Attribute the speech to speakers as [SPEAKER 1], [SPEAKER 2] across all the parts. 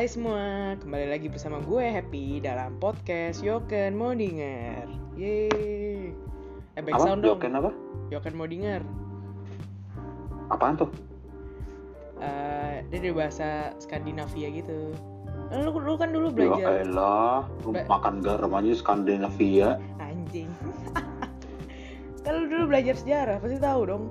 [SPEAKER 1] Hai semua, kembali lagi bersama gue Happy dalam podcast Yoken Mau Denger. Yeay. Back
[SPEAKER 2] Apa?
[SPEAKER 1] sound dong.
[SPEAKER 2] Yoken apa?
[SPEAKER 1] Yoken Mau Denger.
[SPEAKER 2] Apaan tuh?
[SPEAKER 1] Dia dari bahasa Skandinavia gitu. Lu kan dulu belajar.
[SPEAKER 2] Ya elah, makan garam aja Skandinavia.
[SPEAKER 1] Anjing. Kalau dulu belajar sejarah pasti tahu dong.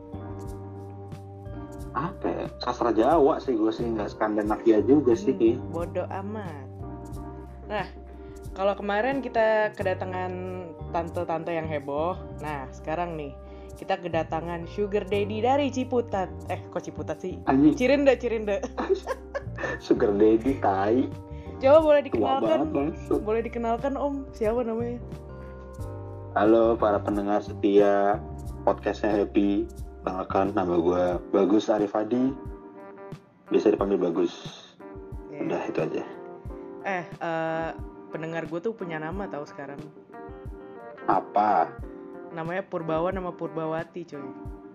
[SPEAKER 2] Apa ya? Sastra Jawa sih gue sih, nggak Skandinavia juga sih.
[SPEAKER 1] Bodoh amat. Nah, kalau kemarin kita kedatangan tante-tante yang heboh. Nah, sekarang nih kita kedatangan Sugar Daddy dari Ciputat. Kok Ciputat sih?
[SPEAKER 2] Anjing.
[SPEAKER 1] Cirende.
[SPEAKER 2] Sugar Daddy, tai.
[SPEAKER 1] Coba boleh
[SPEAKER 2] Tua
[SPEAKER 1] dikenalkan?
[SPEAKER 2] banget,
[SPEAKER 1] Boleh dikenalkan Om? Siapa namanya?
[SPEAKER 2] Halo para pendengar setia podcastnya Happy. Perkenalkan, nama gue Bagus Arifadi. Bisa dipanggil Bagus.
[SPEAKER 1] Yeah.
[SPEAKER 2] Udah itu aja.
[SPEAKER 1] Pendengar gue tuh punya nama tahu sekarang.
[SPEAKER 2] Apa?
[SPEAKER 1] Namanya Purbawan sama Purbawati, coy.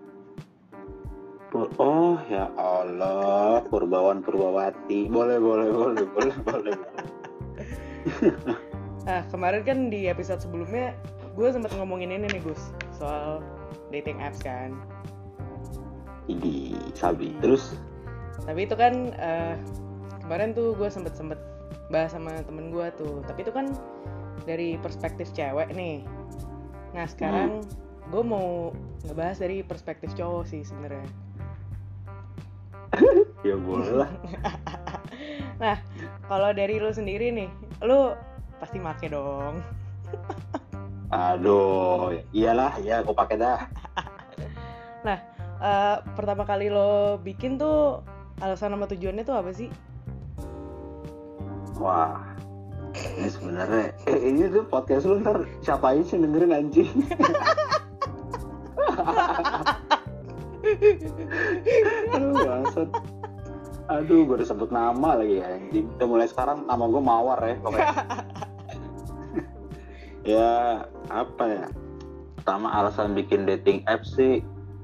[SPEAKER 2] Oh ya Allah, Purbawan Purbawati. Boleh.
[SPEAKER 1] Kemarin kan di episode sebelumnya gue sempat ngomongin ini nih Gus, soal dating apps kan.
[SPEAKER 2] Idi, sabi. Terus?
[SPEAKER 1] Tapi itu kan kemarin tuh gue sempet bahas sama temen gue tuh. Tapi itu kan dari perspektif cewek nih. Nah sekarang gue mau ngebahas dari perspektif cowok sih sebenarnya.
[SPEAKER 2] Ya boleh lah.
[SPEAKER 1] Nah kalau dari lu sendiri nih, lu pasti make dong.
[SPEAKER 2] Aduh, iyalah, ya aku pakai dah.
[SPEAKER 1] Nah, pertama kali lo bikin tuh alasan sama tujuannya tuh apa sih?
[SPEAKER 2] Wah, ini sebenarnya ini tuh podcast lu ntar siapa aja sih dengerin anjing. Aduh, bangsat. Aduh, gue udah sebut nama lagi ya anjing. Udah mulai sekarang nama gue Mawar ya pokoknya. Ya, apa ya? Pertama alasan bikin dating apps sih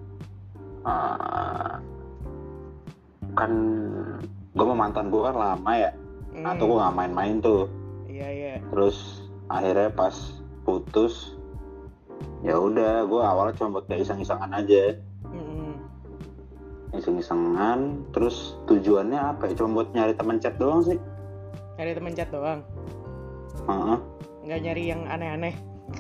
[SPEAKER 2] kan gue sama mantan gue kan lama ya. Atau gue nggak main-main tuh.
[SPEAKER 1] Iya.
[SPEAKER 2] Terus akhirnya pas putus, ya udah gue awalnya cuma buat kayak iseng-isengan aja. Iseng-isengan. Terus tujuannya apa ya? Cuma buat nyari teman chat doang sih.
[SPEAKER 1] Nyari temen chat doang? Nggak nyari yang aneh-aneh?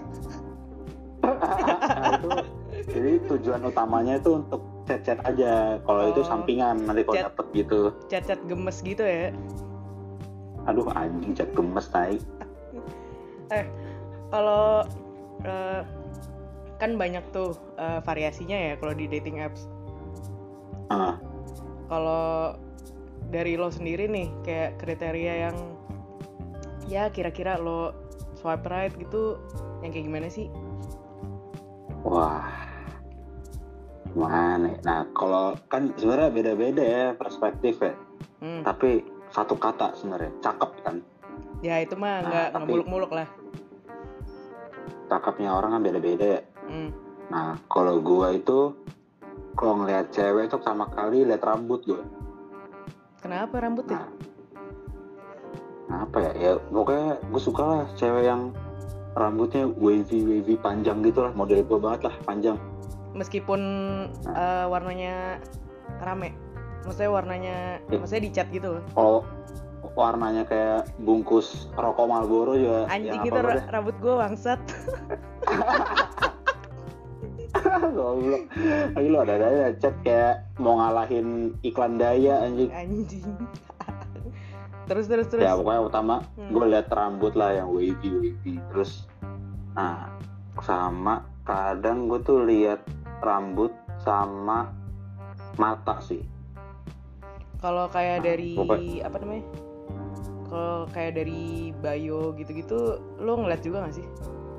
[SPEAKER 2] Itu, jadi tujuan utamanya itu untuk chat-chat aja. Kalau itu sampingan nanti kalau dapet gitu.
[SPEAKER 1] Chat-chat gemes gitu ya?
[SPEAKER 2] Aduh anjing, chat gemes naik.
[SPEAKER 1] Kalau kan banyak tuh variasinya ya kalau di dating apps. Kalau dari lo sendiri nih, kayak kriteria yang ya kira-kira lo swipe right gitu, yang kayak gimana sih?
[SPEAKER 2] Wah, gimana? Nah, kalau kan sebenarnya beda-beda ya perspektif ya. Tapi satu kata sebenarnya, cakep kan?
[SPEAKER 1] Ya itu mah nggak muluk-muluk lah.
[SPEAKER 2] Cakepnya orang kan beda-beda ya. Nah, kalau gua itu kalau ngeliat cewek itu pertama kali lihat rambut gua.
[SPEAKER 1] Kenapa rambutnya?
[SPEAKER 2] Nah, apa ya? Ya pokoknya gue suka lah cewek yang rambutnya wavy panjang gitu lah, model gue banget lah, panjang.
[SPEAKER 1] Meskipun warnanya rame, maksudnya warnanya, maksudnya dicat gitu loh.
[SPEAKER 2] Oh, warnanya kayak bungkus rokok Marlboro juga.
[SPEAKER 1] Anjing itu rambut gue bangsat.
[SPEAKER 2] Goblok. Lagi lo ada cat kayak mau ngalahin iklan Daya anjing. Terus. Ya pokoknya utama gue liat rambut lah yang wavy. Terus, nah sama kadang gue tuh liat rambut sama mata sih. Kalau kayak
[SPEAKER 1] dari apa namanya? Kalau kayak dari bio gitu-gitu, lo ngeliat juga nggak sih?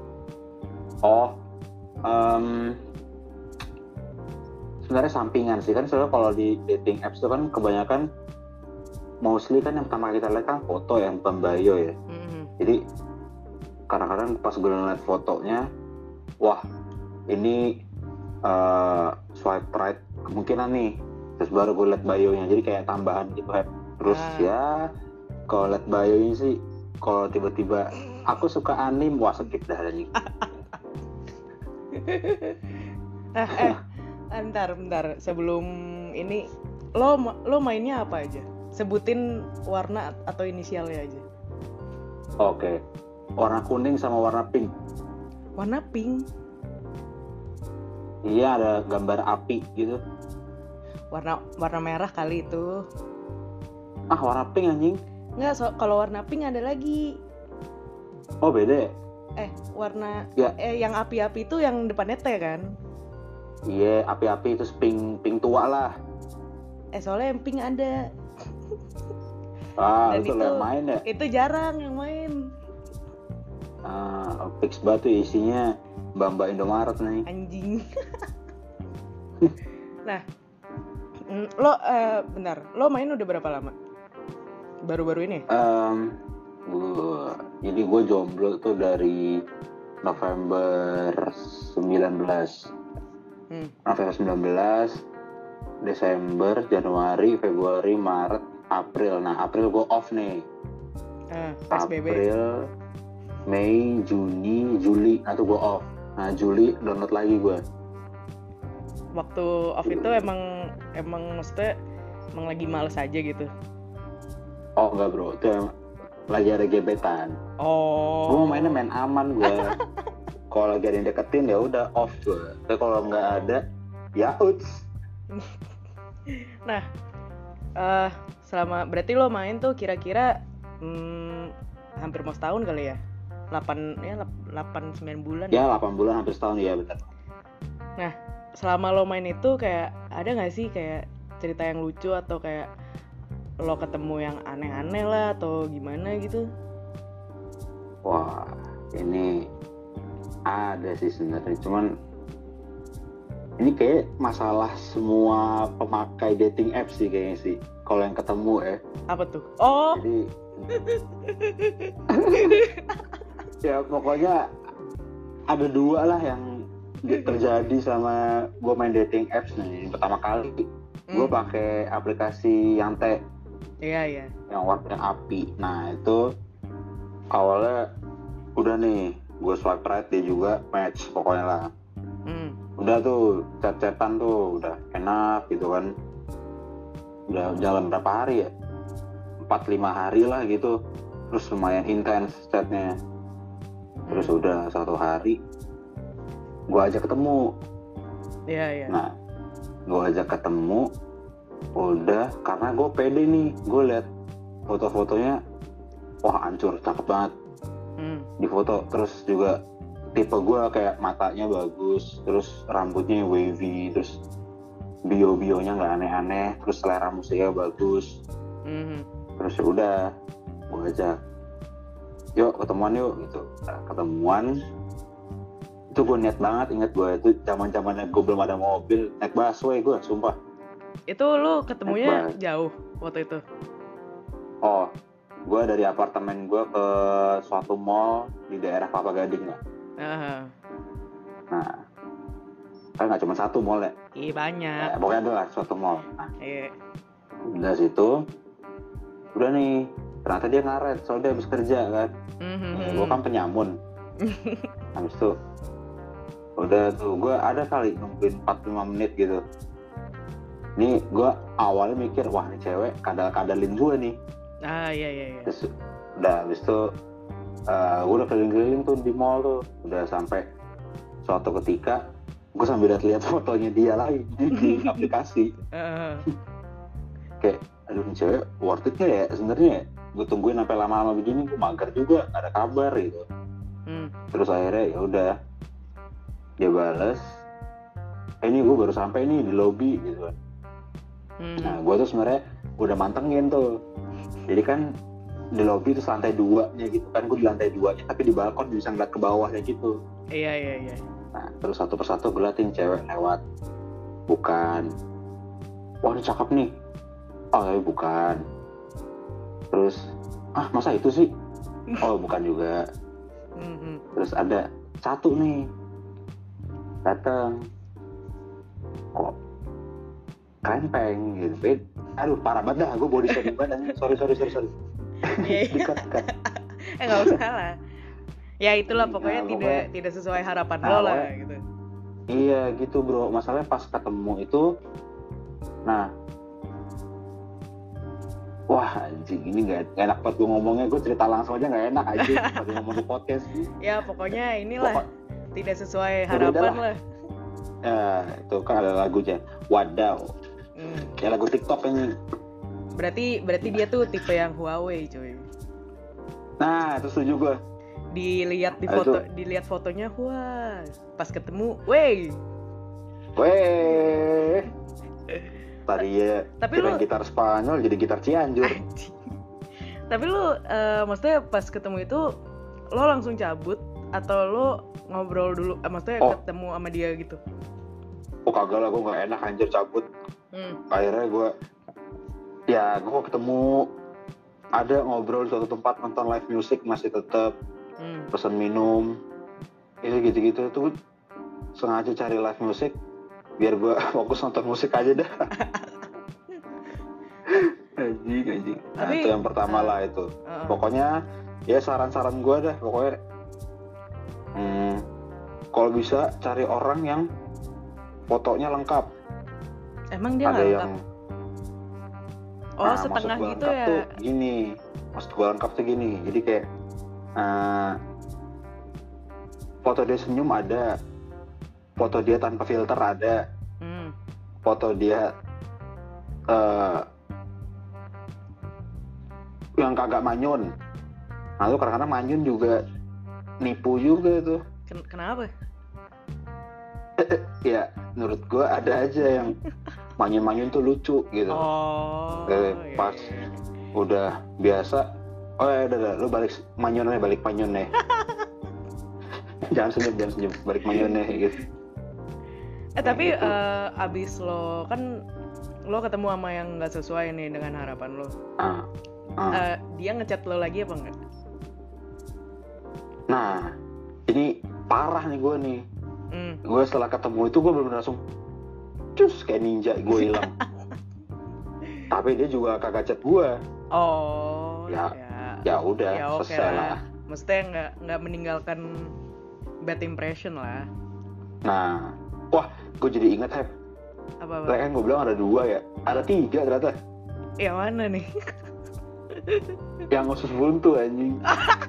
[SPEAKER 2] Sebenarnya sampingan sih kan. Soalnya kalau di dating apps itu kan kebanyakan mostly kan yang pertama kita lihat kan foto yang bukan bio ya. Jadi kadang-kadang pas gue ngeliat fotonya, wah ini swipe right kemungkinan nih. Terus baru gue liat bio-nya, jadi kayak tambahan gitu kan. Terus ya Kalau liat bio ini sih, kalau tiba-tiba aku suka anime, wah skip dah anjing.
[SPEAKER 1] Bentar. Sebelum ini, lo mainnya apa aja? Sebutin warna atau inisialnya aja.
[SPEAKER 2] Oke. Warna kuning sama warna pink.
[SPEAKER 1] Warna pink?
[SPEAKER 2] Iya, ada gambar api gitu.
[SPEAKER 1] Warna merah kali itu.
[SPEAKER 2] Warna pink anjing.
[SPEAKER 1] Enggak, kalau warna pink ada lagi.
[SPEAKER 2] Oh, beda.
[SPEAKER 1] Warna
[SPEAKER 2] ya.
[SPEAKER 1] Yang api-api itu yang depannya T kan?
[SPEAKER 2] Iya, api-api itu pink tua lah.
[SPEAKER 1] Soalnya yang pink ada.
[SPEAKER 2] Itu yang main ya?
[SPEAKER 1] Itu jarang yang main.
[SPEAKER 2] Fix batu isinya Mbak Indomaret nih.
[SPEAKER 1] Anjing. Nah, lo bentar, lo main udah berapa lama? Baru-baru ini?
[SPEAKER 2] Jadi gue jomblo tuh dari November 19. November 19, Desember, Januari, Februari, Maret, April. Nah, April gue off nih.
[SPEAKER 1] PSBB.
[SPEAKER 2] April, Mei, Juni, Juli, nah tuh gue off. Nah, Juli download lagi gue.
[SPEAKER 1] Waktu off itu emang maksudnya emang lagi males aja gitu?
[SPEAKER 2] Oh enggak bro, itu lagi ada gebetan.
[SPEAKER 1] Oh.
[SPEAKER 2] Gue mainnya main aman gue. Kalau lagi ada yang deketin ya udah off gue. Tapi kalau nggak ada, ya uts.
[SPEAKER 1] Nah, selama berarti lo main tuh kira-kira hampir mau setahun kali ya? 8-9 bulan.
[SPEAKER 2] Ya 8 bulan hampir setahun ya benar.
[SPEAKER 1] Nah, selama lo main itu kayak ada nggak sih kayak cerita yang lucu atau kayak lo ketemu yang aneh-aneh lah atau gimana gitu?
[SPEAKER 2] Wah, ini ada sih sebenarnya, cuman ini kayak masalah semua pemakai dating apps sih kayaknya sih. Kalau yang ketemu ya.
[SPEAKER 1] Apa tuh? Oh.
[SPEAKER 2] Jadi ya pokoknya ada dua lah yang terjadi sama gue main dating apps nih. Pertama kali gue pakai aplikasi Yante.
[SPEAKER 1] Iya.
[SPEAKER 2] Yang api. Nah itu awalnya udah nih gue swipe right, dia juga match pokoknya lah. Udah tuh chat-chatan tuh udah enak gitu kan. Udah jalan berapa hari ya? 4-5 hari lah gitu. Terus lumayan intens chatnya. Terus udah satu hari gue ajak ketemu.
[SPEAKER 1] Iya.
[SPEAKER 2] Nah gue ajak ketemu, udah karena gue pede nih, gue liat foto-fotonya, wah hancur, cakep banget di foto. Terus juga tipe gue kayak matanya bagus, terus rambutnya wavy, terus bio-bionya nggak aneh-aneh, terus selera musiknya bagus. Terus udah gue ajak, yuk ketemuan yuk gitu. Nah, ketemuan itu gue niat banget, inget gue itu zaman-zamannya gue belum ada mobil, naik busway gue, sumpah.
[SPEAKER 1] Itu lu ketemunya jauh waktu itu?
[SPEAKER 2] Oh, gue dari apartemen gue ke suatu mall di daerah Kelapa Gading lah. Nah, kan nggak cuma satu mall ya?
[SPEAKER 1] Iya banyak.
[SPEAKER 2] Pokoknya ada lah suatu mall. Nah, udah situ, udah nih, ternyata dia ngaret, soalnya dia habis kerja kan. Gue kan penyamun. Habis itu, udah tuh, gue ada kali nungguin 45 menit gitu. Nih gue awalnya mikir, wah ini cewek kadal-kadalin gue nih.
[SPEAKER 1] Iya.
[SPEAKER 2] Terus udah habis itu gue udah keliling-keliling tuh di mall tuh. Udah sampai suatu ketika gue sambil lihat fotonya dia lagi di aplikasi. Kayak aduh ini cewek worth it gak ya sebenarnya. Gue tungguin sampai lama-lama begini, gue mager juga, gak ada kabar gitu. Terus akhirnya ya udah dia bales, ini gue baru sampai nih di lobby gitu kan. Nah gue tuh sebenarnya udah mantengin tuh, jadi kan di lobby itu lantai 2-nya gitu kan, gue di lantai 2-nya tapi di balkon bisa ngeliat ke bawahnya gitu.
[SPEAKER 1] Iya.
[SPEAKER 2] Nah terus satu persatu gue liatin cewek lewat, bukan, wah ini cakep nih, oh tapi bukan. Terus masa itu sih, oh bukan juga. Terus ada satu nih datang, kok krempeng gitu. Aduh parah banget dah, gue body shaming banget. Sorry. Dikat.
[SPEAKER 1] Nggak usah lah. Ya itulah pokoknya tidak sesuai harapan lo lah gitu.
[SPEAKER 2] Iya gitu bro, masalahnya pas ketemu itu, nah, wah anjing ini nggak enak banget gue ngomongnya, gue cerita langsung aja nggak enak anjing pada ngomong di podcast.
[SPEAKER 1] Ya pokoknya inilah tidak sesuai harapan lah.
[SPEAKER 2] Ya itu kan ada lagunya Wadaw, ya lagu TikTok ini.
[SPEAKER 1] Berarti dia tuh tipe yang Huawei cuy.
[SPEAKER 2] Nah itu setuju gue.
[SPEAKER 1] Dilihat di foto, dilihat fotonya, wah, pas ketemu, weh.
[SPEAKER 2] Tadi ya, tapi lu gitar Spanyol jadi gitar Cianjur.
[SPEAKER 1] Tapi lu, maksudnya pas ketemu itu, lo langsung cabut atau lo ngobrol dulu? Maksudnya ketemu sama dia gitu?
[SPEAKER 2] Oh kagak lah, gue nggak enak anjir cabut. Akhirnya gue ketemu, ada ngobrol di suatu tempat, nonton live music masih tetap. Pesan minum itu gitu-gitu tuh, sengaja cari live music biar gue fokus nonton musik aja dah. Anjing. Nah, itu yang pertama lah itu. Pokoknya ya saran-saran gue dah pokoknya, kalau bisa cari orang yang fotonya lengkap.
[SPEAKER 1] Emang dia nggak lengkap? Setengah gitu ya?
[SPEAKER 2] Tuh gini, maksud gue lengkap tuh gini, jadi kayak foto dia senyum ada, foto dia tanpa filter ada, foto dia yang kagak manyun. Nah lu kadang-kadang manyun juga nipu juga tuh.
[SPEAKER 1] Kenapa?
[SPEAKER 2] Ya menurut gue ada aja yang manyun-manyun tuh lucu gitu. Pas udah biasa, udah lu balik manyun nih. jangan senyum balik manyun nih gitu.
[SPEAKER 1] Tapi gitu. Abis lo kan lo ketemu sama yang nggak sesuai nih dengan harapan lo. Dia ngechat lo lagi apa enggak?
[SPEAKER 2] Nah ini parah nih gue nih. Gue setelah ketemu itu gue bener-bener langsung cus kayak ninja gue hilang. Tapi dia juga kagak chat gue. Ya udah
[SPEAKER 1] ya,
[SPEAKER 2] selesai lah.
[SPEAKER 1] Maksudnya nggak meninggalkan bad impression lah.
[SPEAKER 2] Nah, wah gue jadi ingat Hep.
[SPEAKER 1] Apa?
[SPEAKER 2] Kan gue bilang ada 2 ya, ada 3 ternyata.
[SPEAKER 1] Yang mana nih?
[SPEAKER 2] Yang khusus buntu anjing.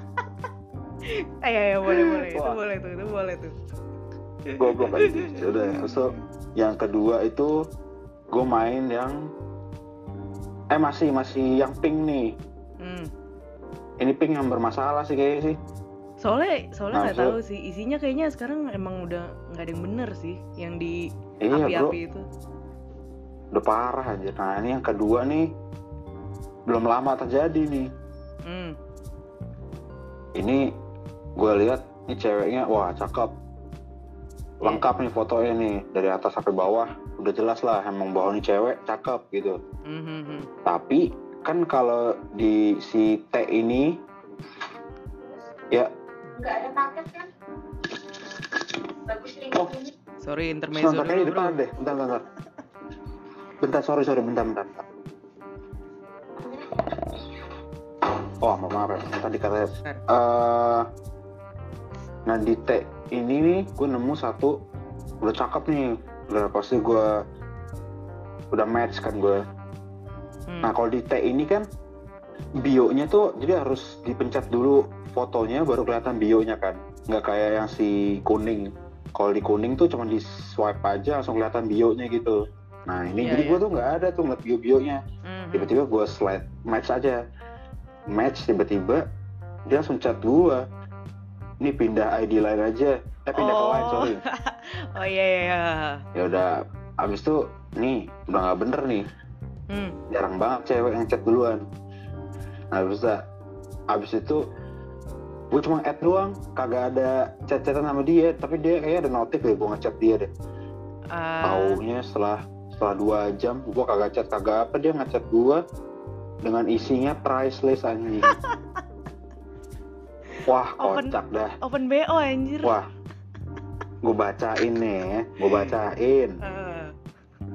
[SPEAKER 1] Ya boleh. Itu boleh tuh.
[SPEAKER 2] Goblok anjing. Udah, so yang kedua itu gue main yang masih yang pink nih. Ini pink yang bermasalah sih kayaknya sih.
[SPEAKER 1] Soalnya nggak tahu sih isinya, kayaknya sekarang emang udah nggak ada yang bener sih yang di api-api itu.
[SPEAKER 2] Udah parah aja. Nah ini yang kedua nih belum lama terjadi nih. Ini gue lihat nih ceweknya, wah cakep, lengkap nih fotonya nih dari atas sampai bawah, udah jelas lah emang bahwa nih cewek cakep gitu. Tapi kan kalau di si T ini ya
[SPEAKER 3] nggak ada paket kan? Bagus nih.
[SPEAKER 1] Sorry intermezzo dulu.
[SPEAKER 2] Di depan deh, bentar, sorry, bentar. Maaf ya, tadi katanya. Nah di T ini nih gue nemu satu udah cakep nih, udah pasti gue udah match kan gue. Nah kalau di T ini kan bio-nya tuh jadi harus dipencet dulu fotonya baru kelihatan bio-nya kan, nggak kayak yang si kuning. Kalau di kuning tuh cuma di swipe aja langsung kelihatan bio-nya gitu. Nah ini jadi gue tuh nggak ada tuh ngeliat bio-bionya. Tiba-tiba gue slide match tiba-tiba dia langsung chat gue, ini pindah ID lain aja, pindah ke lain, sorry.
[SPEAKER 1] Iya.
[SPEAKER 2] Ya udah, abis itu nih udah nggak bener nih. Jarang banget cewek yang chat duluan. Nah abis itu gue cuma add doang, kagak ada chat-chatan sama dia, tapi dia kayaknya ada notif deh gue ngechat dia deh. Taunya setelah 2 jam gue kagak chat kagak apa, dia ngechat gue dengan isinya priceless anjing. Wah kocak dah.
[SPEAKER 1] Open BO anjir.
[SPEAKER 2] Wah, gue bacain nih,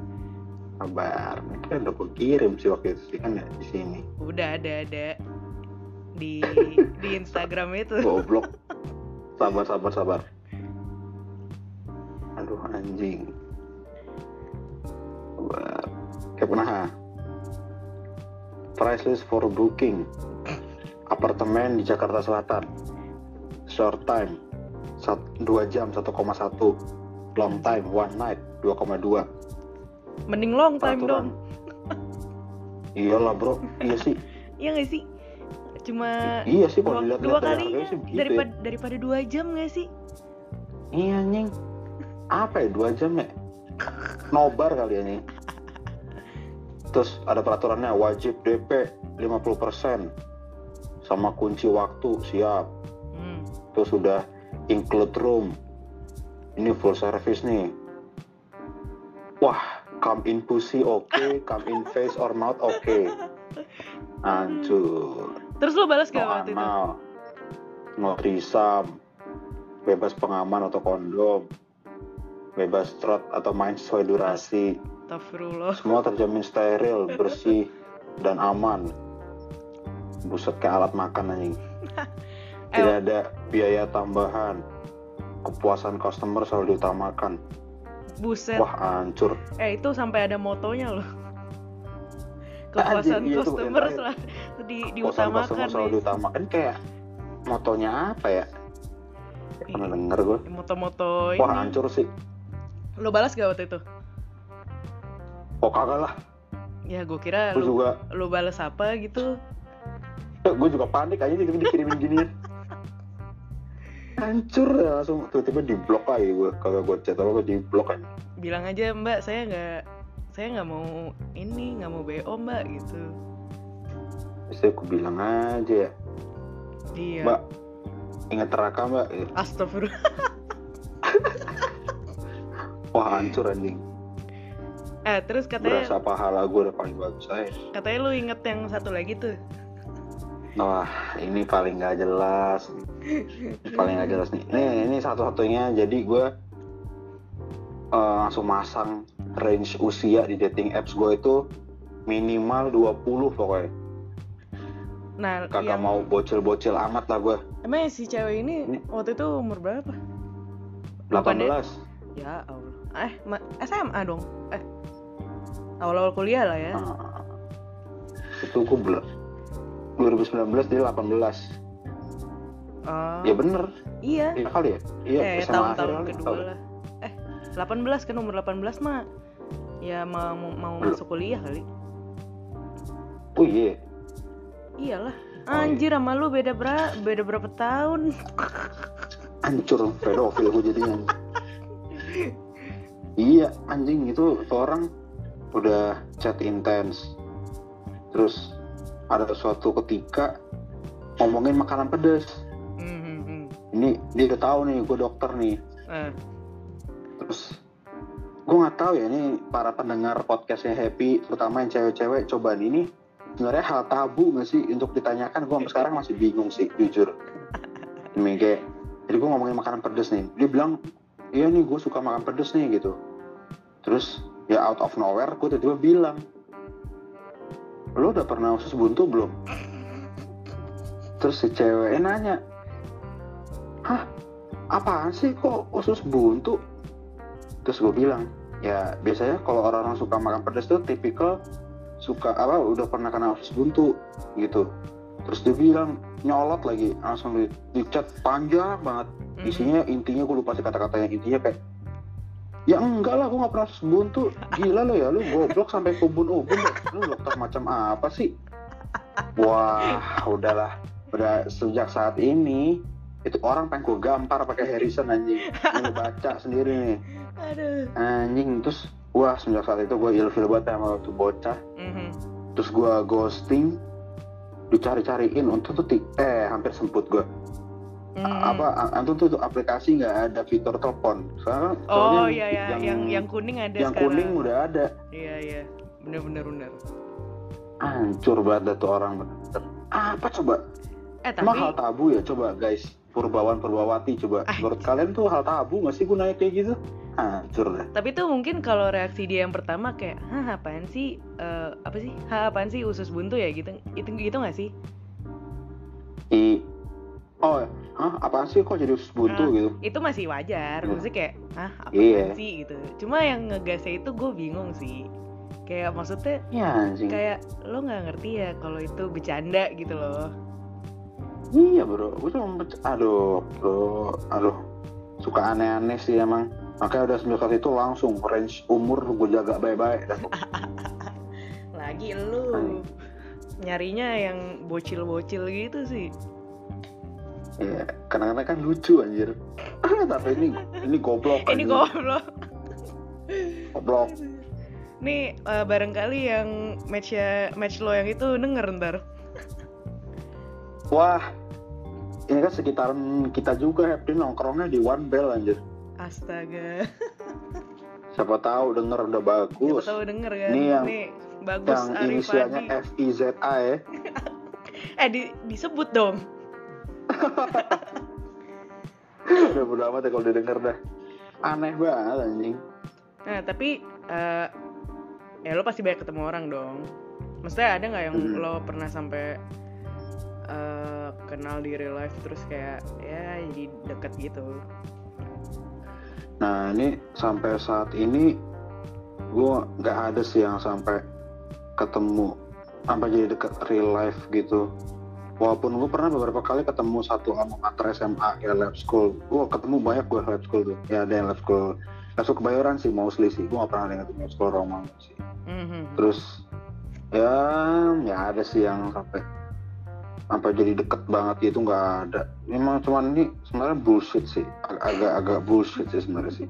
[SPEAKER 2] Kabar, kan udah gue kirim sih waktu itu sih kan ya di sini.
[SPEAKER 1] Udah ada. di Instagram itu.
[SPEAKER 2] Goblok. Sabar. Aduh anjing. Kayak pernah. Price list for booking apartemen di Jakarta Selatan. Short time 2 jam 1,1. Long time 1 night 2,2.
[SPEAKER 1] Mending long time
[SPEAKER 2] Peraturan.
[SPEAKER 1] dong.
[SPEAKER 2] Iyalah bro, iya sih.
[SPEAKER 1] Iya nggak sih? Cuma
[SPEAKER 2] Iya sih kalau
[SPEAKER 1] dua
[SPEAKER 2] dilihat-lihat dari
[SPEAKER 1] kalinya
[SPEAKER 2] harganya sih begitu ya.
[SPEAKER 1] daripada 2 jam nggak sih?
[SPEAKER 2] Iya anjing. Apa ya 2 jam ya? Nobar kali ya nih. Terus ada peraturannya wajib DP 50% sama kunci waktu siap. Terus udah include room. Ini full service nih. Wah, come in pussy oke, come in face or mouth oke. Hancur.
[SPEAKER 1] Terus lo balas gak
[SPEAKER 2] No
[SPEAKER 1] waktu itu?
[SPEAKER 2] anal, no threesome, bebas pengaman atau kondom, bebas trot atau main sesuai durasi.
[SPEAKER 1] Astagfirullah.
[SPEAKER 2] Semua terjamin steril, bersih, dan aman. Buset kayak alat makan anjing. Tidak ada biaya tambahan. Kepuasan customer selalu diutamakan.
[SPEAKER 1] Buset.
[SPEAKER 2] Wah hancur.
[SPEAKER 1] Itu sampai ada motonya loh. Kepuasan
[SPEAKER 2] Iya,
[SPEAKER 1] customer
[SPEAKER 2] itu
[SPEAKER 1] selalu
[SPEAKER 2] Kepuasan
[SPEAKER 1] diutamakan.
[SPEAKER 2] customer selalu
[SPEAKER 1] nih.
[SPEAKER 2] diutamakan. Kayak motonya apa ya? Pernah denger gue.
[SPEAKER 1] Moto-moto
[SPEAKER 2] Wah
[SPEAKER 1] ini.
[SPEAKER 2] hancur sih.
[SPEAKER 1] Lo balas gak waktu itu?
[SPEAKER 2] Oh kagak lah.
[SPEAKER 1] Ya gue kira
[SPEAKER 2] Gue juga
[SPEAKER 1] lo balas apa gitu.
[SPEAKER 2] gue juga panik aja gitu dikirimin ginian. Hancur ya, langsung tiba-tiba di blok aja gue. Kagak gue chat apa gue di blok aja.
[SPEAKER 1] Bilang aja mbak saya nggak mau ini, nggak mau BO mbak gitu.
[SPEAKER 2] Terus aku bilang aja ya,
[SPEAKER 1] Iya.
[SPEAKER 2] Mbak ingat neraka mbak.
[SPEAKER 1] Astagfirullah.
[SPEAKER 2] Wah hancur anjing.
[SPEAKER 1] Terus katanya
[SPEAKER 2] Berasa pahala gue udah paling bagus aja.
[SPEAKER 1] katanya lu inget yang satu lagi tuh.
[SPEAKER 2] Wah ini paling gak jelas. Paling gak jelas nih. Ini satu-satunya. Jadi gue langsung masang range usia di dating apps gue itu minimal 20 pokoknya.
[SPEAKER 1] Nah,
[SPEAKER 2] Kagak mau bocil-bocil amat lah gue.
[SPEAKER 1] Emang si cewek ini waktu itu umur berapa?
[SPEAKER 2] 18.
[SPEAKER 1] Ya Allah. SMA dong. Awal-awal kuliah lah ya.
[SPEAKER 2] Itu gue 2019 dia 18. Ya bener.
[SPEAKER 1] Iya.
[SPEAKER 2] Iya kali ya. Iya. SMA
[SPEAKER 1] Tahun-tahun
[SPEAKER 2] akhir
[SPEAKER 1] kedua lah. 18 kan, umur 18 mah. Ya mau masuk kuliah kali.
[SPEAKER 2] Oh iya.
[SPEAKER 1] Iyalah. Anjir sama lu beda berapa tahun?
[SPEAKER 2] Hancur pedofil gue jadinya. Iya anjing itu orang udah chat intens. Terus ada suatu ketika ngomongin makanan pedas. Ini dia udah tahu nih gue dokter nih. Terus gue nggak tahu ya ini para pendengar podcastnya Happy, terutama yang cewek-cewek, cobaan ini sebenarnya hal tabu nggak sih untuk ditanyakan? Gue sampai sekarang masih bingung sih jujur. Ini kayak jadi gue ngomongin makanan pedas nih, dia bilang iya nih gue suka makan pedas nih gitu. Terus ya out of nowhere gue tiba-tiba bilang, lo udah pernah usus buntu belum? Terus si ceweknya nanya, hah apaan sih kok usus buntu? Terus gue bilang, ya biasanya kalau orang-orang suka makan pedas tuh tipikal suka udah pernah kena usus buntu gitu. Terus dia bilang nyolot lagi, langsung di chat panjang banget. Isinya intinya gue lupa sih kata-katanya, intinya kayak ya enggak lah gue gak pernah usus buntu. Gila lo ya, lu goblok sampai ubun-ubun deh. Lu dokter macam apa sih? Wah udahlah, udah sejak saat ini itu orang pengen gue gampar pakai Harrison anjing. Ini baca sendiri nih.
[SPEAKER 1] Aduh.
[SPEAKER 2] Anjing. Terus wah sejak saat itu gue ilfil banget sama tuh bocah. Terus gue ghosting, dicari-cariin untuk tuh hampir semput gue. Antum tuh aplikasi nggak ada fitur telepon. Soalnya
[SPEAKER 1] iya yang kuning ada
[SPEAKER 2] yang
[SPEAKER 1] sekarang.
[SPEAKER 2] kuning udah ada.
[SPEAKER 1] Iya bener.
[SPEAKER 2] Hancur banget tuh orang bener. Apa coba? Emang hal tabu ya coba guys. Purbawati coba. Menurut kalian tuh hal tabu nggak sih gue nanya kayak gitu? Hancur deh.
[SPEAKER 1] Tapi tuh mungkin kalau reaksi dia yang pertama kayak, apaan sih? Apaan sih usus buntu ya gitu? Itu nggak sih?
[SPEAKER 2] Apaan sih kok jadi usus buntu gitu?
[SPEAKER 1] Itu masih wajar, maksudnya kayak
[SPEAKER 2] Iya.
[SPEAKER 1] sih gitu. Cuma yang ngegasnya itu gue bingung sih. Kayak maksudnya
[SPEAKER 2] Anjing.
[SPEAKER 1] kayak lo nggak ngerti ya kalau itu bercanda gitu loh.
[SPEAKER 2] Iya bro, gue cuma aduh suka aneh-aneh sih emang. Makanya udah sejak itu langsung range umur gue jaga baik-baik.
[SPEAKER 1] Lagi lu nyarinya yang bocil-bocil gitu sih.
[SPEAKER 2] Iya, kadang-kadang kan lucu anjir. Tapi ini goblok.
[SPEAKER 1] Ini goblok.
[SPEAKER 2] Goblok.
[SPEAKER 1] Nih barangkali yang match lo yang itu denger ntar.
[SPEAKER 2] Wah, ini kan sekitaran kita juga, Happy nongkrongnya di One Bell anjir.
[SPEAKER 1] Astaga.
[SPEAKER 2] Siapa tahu denger udah bagus.
[SPEAKER 1] Siapa tahu denger kan.
[SPEAKER 2] Ini yang
[SPEAKER 1] bagus
[SPEAKER 2] yang inisialnya FIZA ya.
[SPEAKER 1] Disebut dong.
[SPEAKER 2] Udah bodo amat ya kalau didengar dah. Aneh banget anjing.
[SPEAKER 1] Nah tapi ya lo pasti banyak ketemu orang dong. Maksudnya ada nggak yang lo pernah sampai kenal di real life terus kayak ya jadi deket gitu?
[SPEAKER 2] Nah ini sampai saat ini gue nggak ada sih yang sampai ketemu sampai jadi deket real life gitu. Walaupun gue pernah beberapa kali ketemu satu antar SMA ya lab school. Gue ketemu banyak gue lab school tuh. Ya ada yang lab school Kebayoran sih mostly sih. Gue gak pernah ada yang ketemu lab school Roman sih. Terus ya ada sih yang sampai jadi deket banget gitu nggak ada. Memang cuman ini sebenarnya bullshit sih. Agak bullshit sih sebenarnya sih.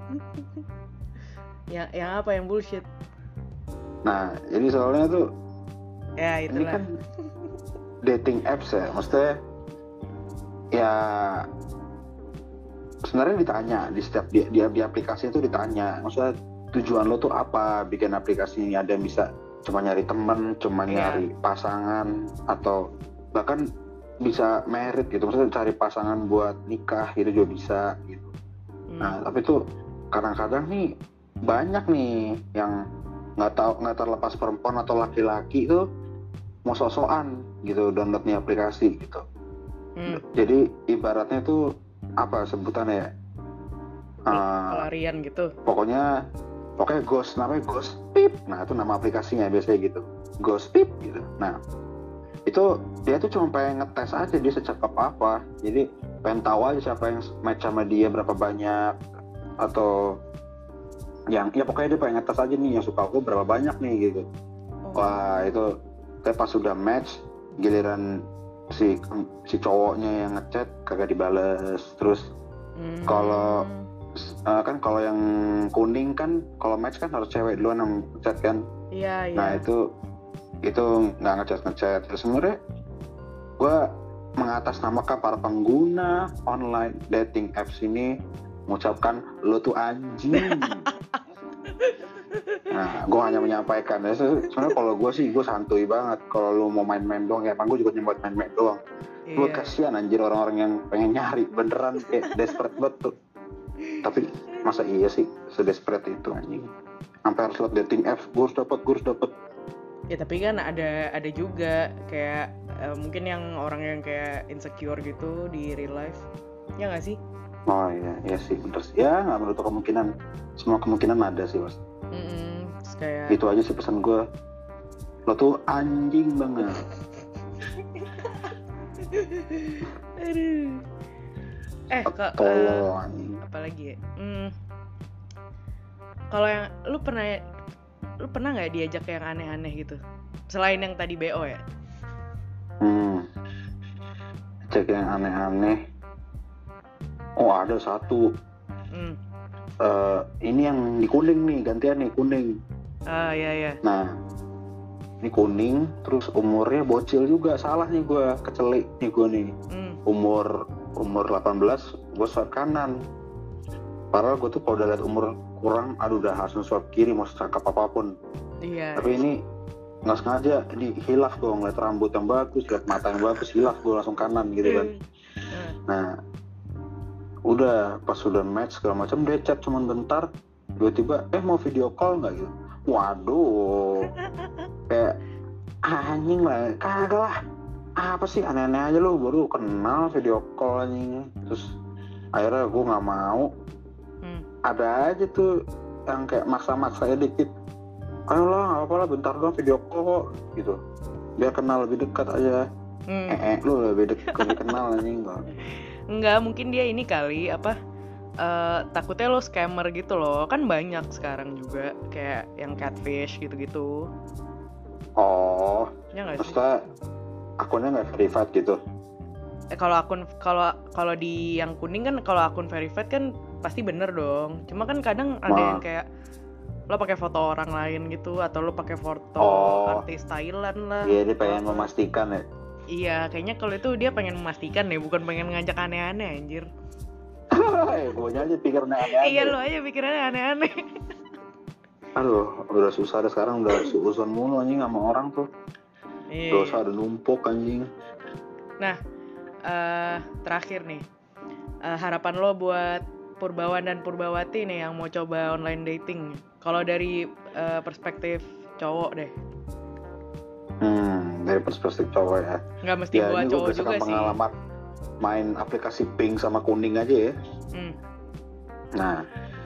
[SPEAKER 1] Yang apa yang bullshit?
[SPEAKER 2] Nah jadi soalnya tuh
[SPEAKER 1] ya itulah.
[SPEAKER 2] Ini kan dating apps ya, maksudnya ya sebenarnya ditanya di setiap di aplikasi itu ditanya, maksudnya tujuan lo tuh apa bikin aplikasi ini? Ada yang bisa cuma nyari teman, cuma nyari pasangan, atau bahkan bisa merit gitu, maksudnya cari pasangan buat nikah gitu juga bisa gitu. Nah tapi tuh kadang-kadang nih banyak nih yang nggak terlepas perempuan atau laki-laki tuh mau sok-sokan gitu download nih aplikasi gitu. Jadi ibaratnya tuh apa sebutannya ya?
[SPEAKER 1] Pelarian gitu.
[SPEAKER 2] Pokoknya ghost, namanya ghost pip. Nah itu nama aplikasinya biasanya gitu, ghost pip gitu. Nah itu dia tuh cuma pengen ngetes aja dia secakap apa. Jadi pengen tahu aja siapa yang match sama dia berapa banyak, atau yang ya pokoknya dia pengen ngetes aja nih yang suka aku berapa banyak nih gitu. Wah itu pas sudah match, giliran si cowoknya yang ngechat kagak dibales. Terus kalau kan kalau yang kuning kan kalau match kan harus cewek duluan yang ngechat kan.
[SPEAKER 1] Iya.
[SPEAKER 2] Nah itu nggak ngechat. Sebenarnya gue mengatasnamakan para pengguna online dating apps ini, mengucapkan lo tuh anjing. Nah, gue hanya menyampaikan. Sebenarnya kalau gue sih, gue santuy banget. Kalau lu mau main-main doang, ya gue juga nyebut main-main doang. Gue kasihan anjir orang-orang yang pengen nyari beneran kayak desperate banget tuh. Tapi masa iya sih sedesperate itu anjing? Sampai harus liat dating apps, gue harus dapet.
[SPEAKER 1] Ya tapi kan ada juga kayak mungkin yang orang yang kayak insecure gitu di real life, ya nggak sih?
[SPEAKER 2] Oh iya sih, bener sih. Ya nggak menutup kemungkinan, semua kemungkinan ada sih mas.
[SPEAKER 1] Kayak
[SPEAKER 2] itu aja sih pesan gue, lo tuh anjing banget.
[SPEAKER 1] Aduh. Apalagi ya? Kalau yang lu pernah nggak diajak yang aneh-aneh gitu selain yang tadi BO ya?
[SPEAKER 2] Cek yang aneh-aneh. Oh ada satu. Ini yang di kuning nih, gantian nih kuning.
[SPEAKER 1] Iya.
[SPEAKER 2] Nah ini kuning, terus umurnya bocil juga. Salah nih gue, kecelik nih gue nih. Umur 18, gue swipe kanan. Padahal gue tuh kalau udah liat umur kurang, udah harus swipe kiri mau secakap apapun.
[SPEAKER 1] Iya.
[SPEAKER 2] Tapi ini nggak sengaja, hilaf gue ngeliat rambut yang bagus, liat mata yang bagus, hilaf gue langsung kanan gitu kan. Nah udah pas sudah match segala macam, dia chat cuman bentar, tiba-tiba mau video call nggak gitu. Waduh, kayak anjing lah, kagak lah. apa sih aneh-aneh aja lu, baru kenal video call anjing. Terus akhirnya gue nggak mau. Ada aja tuh yang kayak maksa-maksa ya dikit, ayolah nggak apa-apa lah bentar doang video call kok gitu, biar kenal lebih dekat aja. Lu lebih kenal anjing.
[SPEAKER 1] Enggak, mungkin dia ini kali apa, takutnya lo scammer gitu loh, kan banyak sekarang juga kayak yang catfish gitu-gitu.
[SPEAKER 2] Oh
[SPEAKER 1] ya nggak sih?
[SPEAKER 2] Maksudnya akunnya nggak verified gitu?
[SPEAKER 1] Kalau di yang kuning kan, kalau akun verified kan pasti bener dong. Cuma kan kadang ada yang kayak lo pakai foto orang lain gitu, atau lo pakai foto artis Thailand lah.
[SPEAKER 2] Iya, dia pengen memastikan ya.
[SPEAKER 1] Iya, kayaknya kalau itu dia pengen memastikan deh, bukan pengen ngajak aneh-aneh anjir.
[SPEAKER 2] Gue aja pikirnya aneh-aneh.
[SPEAKER 1] Iya, lo aja pikirannya aneh-aneh.
[SPEAKER 2] Aduh, udah susah deh sekarang, udah suuzon mulu anjing sama orang tuh. Iya. Dosa udah numpuk anjing.
[SPEAKER 1] Nah, terakhir nih, harapan lo buat Purbawan dan Purbawati nih yang mau coba online dating. Kalau dari perspektif cowok deh.
[SPEAKER 2] Dari perspektif cowok ya.
[SPEAKER 1] Nggak mesti ya, buat cowok juga sih.
[SPEAKER 2] Pengalaman main aplikasi pink sama kuning aja ya. Nah,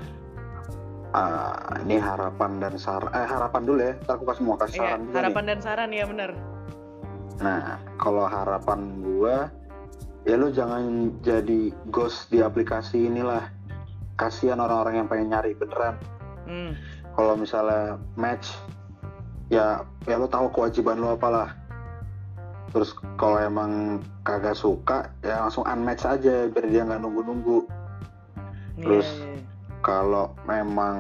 [SPEAKER 2] ini harapan dan saran. Harapan dulu ya. Ntar aku mau kasih saran juga
[SPEAKER 1] harapan
[SPEAKER 2] nih.
[SPEAKER 1] Dan saran ya benar.
[SPEAKER 2] Nah, kalau harapan gua, ya lu jangan jadi ghost di aplikasi inilah. Kasihan orang-orang yang pengen nyari beneran. Kalau misalnya match, ya lu tahu kewajiban lu apalah. Terus kalau emang kagak suka, ya langsung unmatch aja biar dia nggak nunggu-nunggu. Terus kalau memang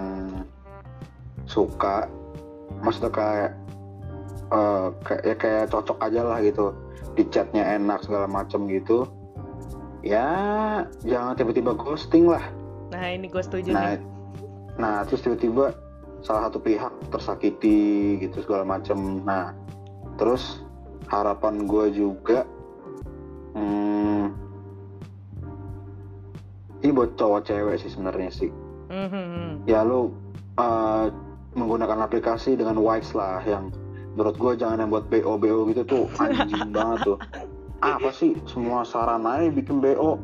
[SPEAKER 2] suka, maksudnya kayak cocok aja lah gitu, di chatnya enak segala macem gitu, ya jangan tiba-tiba ghosting lah.
[SPEAKER 1] Nah ini gue setuju nih.
[SPEAKER 2] Nah terus tiba-tiba salah satu pihak tersakiti gitu segala macem. Nah terus harapan gue juga, ini buat cowok cewek sih sebenarnya sih. Ya lu menggunakan aplikasi dengan wise lah, yang menurut gue jangan yang buat BO gitu tuh anjing banget tuh. Apa sih semua saran aja bikin BO.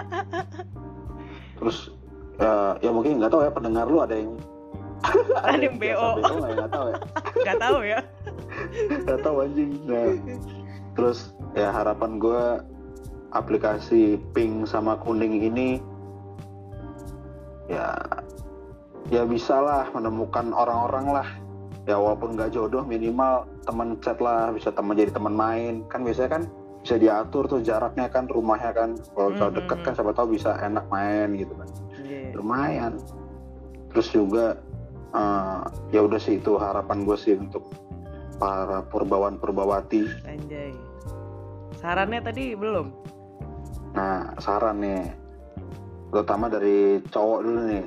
[SPEAKER 2] Terus ya mungkin nggak tahu ya pendengar lu ada yang
[SPEAKER 1] ada yang BO
[SPEAKER 2] nggak tahu ya.
[SPEAKER 1] Nggak tahu ya.
[SPEAKER 2] Nggak tahu anjing. Nah, terus ya harapan gue aplikasi pink sama kuning ini ya bisa lah menemukan orang-orang lah. Ya walaupun nggak jodoh, minimal teman chat lah, bisa teman jadi teman main. Kan biasanya kan bisa diatur tuh jaraknya kan, rumahnya kan. Kalau deket kan siapa tahu bisa enak main gitu kan. Lumayan. Terus juga ya udah sih, itu harapan gue sih untuk para Purbawan Purbawati.
[SPEAKER 1] Anjay. Sarannya tadi belum?
[SPEAKER 2] Nah saran nih, terutama dari cowok dulu nih.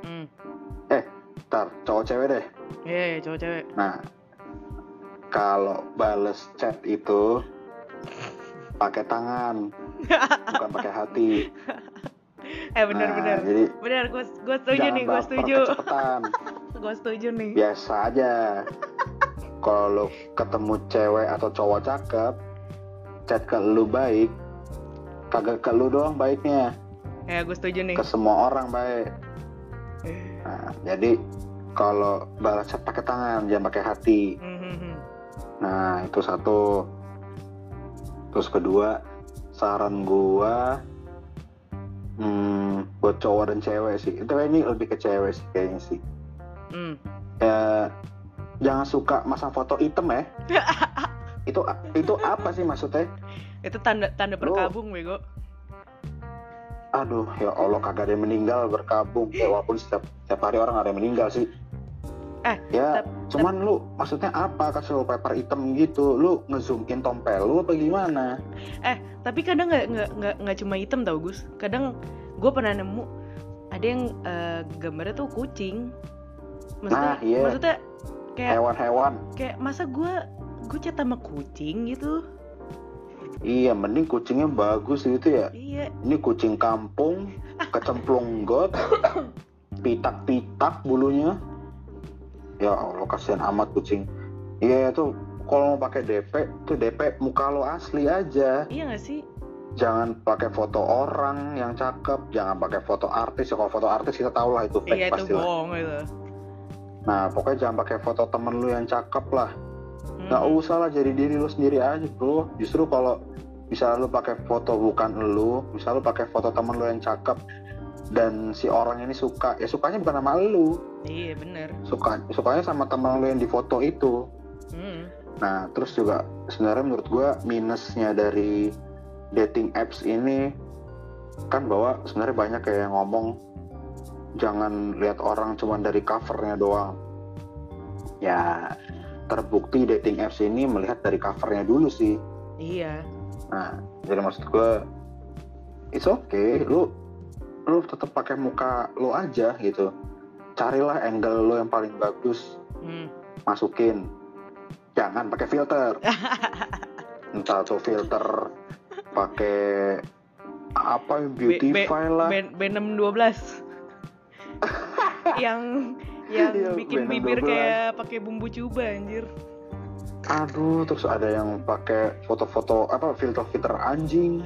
[SPEAKER 2] Ntar cowok cewek deh.
[SPEAKER 1] Iya, cowok cewek.
[SPEAKER 2] Nah, kalau bales chat itu pakai tangan, bukan pakai hati.
[SPEAKER 1] Benar.
[SPEAKER 2] Jadi
[SPEAKER 1] benar, gue setuju nih, gue setuju.
[SPEAKER 2] Kecepetan.
[SPEAKER 1] Gue setuju nih.
[SPEAKER 2] Biasa aja. Kalau lu ketemu cewek atau cowok cakep, chat ke lu baik, kagak ke lu doang baiknya.
[SPEAKER 1] Ya, gue setuju nih.
[SPEAKER 2] Ke semua orang baik. Nah, jadi kalau balas chat pakai tangan, jangan pakai hati. Nah, itu satu. Terus kedua, saran gua buat cowok dan cewek sih. Itu ini lebih ke cewek sih kayaknya sih. Jangan suka masang foto item ya. Itu apa sih maksudnya?
[SPEAKER 1] Itu tanda berkabung, bego.
[SPEAKER 2] Aduh, ya Allah, kagak ada yang meninggal berkabung. Ya walaupun setiap hari orang ada yang meninggal sih. Cuman lu maksudnya apa kasih wallpaper hitam gitu? Lu ngezoom in tompel lu apa gimana?
[SPEAKER 1] Tapi kadang nggak cuma hitam tau Gus. Kadang gue pernah nemu ada yang gambarnya tuh kucing. Maksudnya kayak
[SPEAKER 2] hewan-hewan.
[SPEAKER 1] Kayak masa gue chat sama kucing gitu?
[SPEAKER 2] Iya, mending kucingnya bagus gitu ya.
[SPEAKER 1] Iya.
[SPEAKER 2] Ini kucing kampung, kecemplung got, pitak-pitak bulunya. Ya Allah, kasihan amat kucing. Iya, itu kalau mau pakai DP tuh DP muka lo asli aja.
[SPEAKER 1] Iya nggak sih?
[SPEAKER 2] Jangan pakai foto orang yang cakep, jangan pakai foto artis. Ya kalau foto artis kita tahu lah itu fake
[SPEAKER 1] Iya itu
[SPEAKER 2] pasti lah.
[SPEAKER 1] bohong gitu.
[SPEAKER 2] Nah pokoknya jangan pakai foto temen lu yang cakep lah. Nggak usah lah, jadi diri lu sendiri aja bro. Justru kalau misalnya lu pakai foto bukan lu, misalnya lu pakai foto temen lu yang cakep dan si orang ini suka, ya sukanya bukan sama lu.
[SPEAKER 1] Iya bener.
[SPEAKER 2] Sukanya sama temen lu yang di foto itu. Nah terus juga sebenarnya menurut gue minusnya dari dating apps ini kan bahwa sebenarnya banyak kayak yang ngomong jangan lihat orang cuma dari covernya doang. Ya terbukti dating apps ini melihat dari covernya dulu sih.
[SPEAKER 1] Iya.
[SPEAKER 2] Nah jadi maksud gue it's okay, lu tetap pakai muka lu aja gitu. Carilah angle lu yang paling bagus, masukin. Jangan pakai filter. Entah tuh filter pakai apa beautify lah.
[SPEAKER 1] B612. yang
[SPEAKER 2] Iya,
[SPEAKER 1] bikin
[SPEAKER 2] B612.
[SPEAKER 1] bibir kayak pakai bumbu cuba anjir.
[SPEAKER 2] Aduh, terus ada yang pakai foto-foto apa filter anjing.